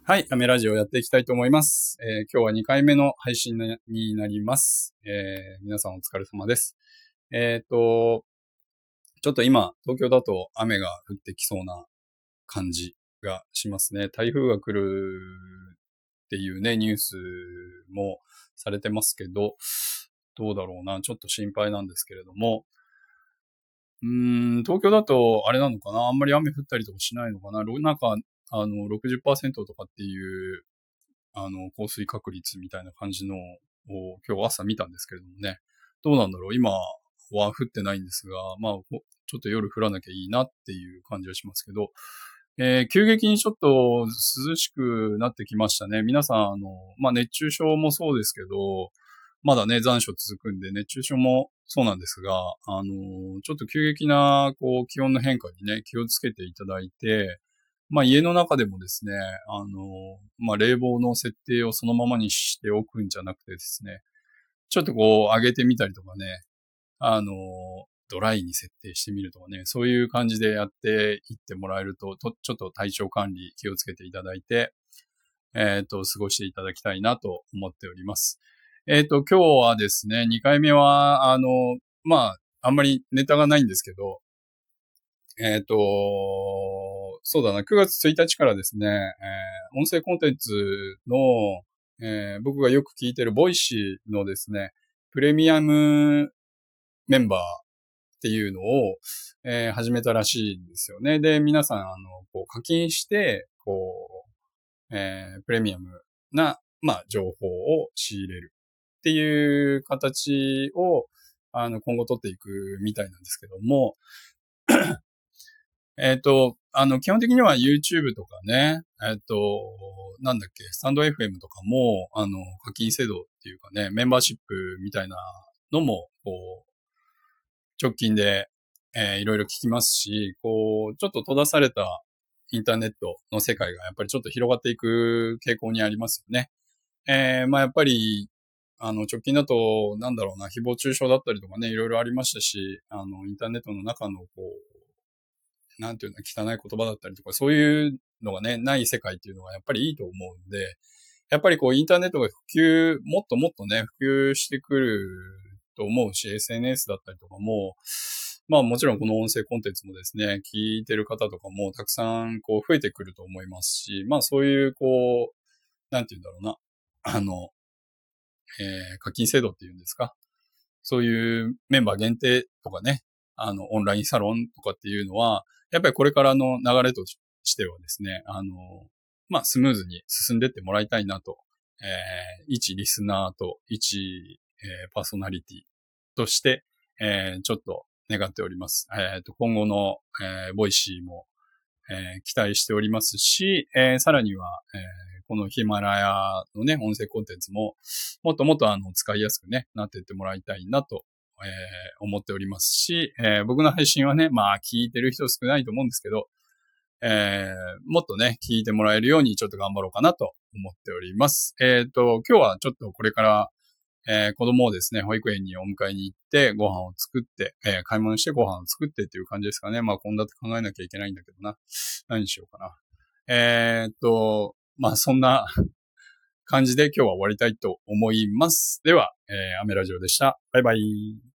はい、アメラジオやっていきたいと思います。今日は2回目の配信になります。皆さんお疲れ様です。ちょっと今、東京だと雨が降ってきそうな感じがしますね。台風が来るっていうね、ニュースもされてますけど、どうだろうな、ちょっと心配なんですけれども、東京だとあれなのかな、あんまり雨降ったりとかしないのかな、なんか、60%とかっていう降水確率みたいな感じのを今日朝見たんですけれどもね。どうなんだろう、今は降ってないんですが、ちょっと夜降らなきゃいいなっていう感じはしますけど、急激にちょっと涼しくなってきましたね。皆さん、熱中症もそうですけど、まだね、残暑続くんで、熱中症もそうなんですが、ちょっと急激な、気温の変化にね、気をつけていただいて、家の中でもですね、冷房の設定をそのままにしておくんじゃなくてですね、ちょっと上げてみたりとかね、あの、ドライに設定してみるとかね、そういう感じでやっていってもらえると、ちょっと体調管理気をつけていただいて、過ごしていただきたいなと思っております。今日はですね、2回目は、あんまりネタがないんですけど、そうだな、9月1日からですね、音声コンテンツの、僕がよく聞いてるボイシーのですね、プレミアムメンバーっていうのを、始めたらしいんですよね。で、皆さん、課金して、プレミアムな、情報を仕入れるっていう形を、今後取っていくみたいなんですけども、基本的には YouTube とかね、スタンド FM とかも、課金制度っていうかね、メンバーシップみたいなのも、直近で、いろいろ聞きますし、ちょっと閉ざされたインターネットの世界がやっぱりちょっと広がっていく傾向にありますよね。やっぱり、直近だと、誹謗中傷だったりとかね、いろいろありましたし、インターネットの中の、なんていうの、汚い言葉だったりとか、そういうのがね、ない世界っていうのはやっぱりいいと思うんで、やっぱりインターネットがもっともっとね、普及してくると思うし、SNS だったりとかも、もちろんこの音声コンテンツもですね、聞いてる方とかもたくさん増えてくると思いますし、そういうなんていうんだろうな、あの、課金制度っていうんですか、そういうメンバー限定とかね、オンラインサロンとかっていうのは、やっぱりこれからの流れとしてはですね、スムーズに進んでってもらいたいなと、一リスナーと一、パーソナリティとして、ちょっと願っております。今後の、ボイシーも、期待しておりますし、さらには、このヒマラヤのね、音声コンテンツも、もっともっと使いやすくね、なっていってもらいたいなと、思っておりますし、僕の配信はね、聞いてる人少ないと思うんですけど、もっとね、聞いてもらえるようにちょっと頑張ろうかなと思っております。今日はちょっとこれから、子供をですね、保育園にお迎えに行って、ご飯を作って、買い物してご飯を作ってっていう感じですかね。献立考えなきゃいけないんだけどな。何しようかな。そんな感じで今日は終わりたいと思います。では、アメラジオでした。バイバイ。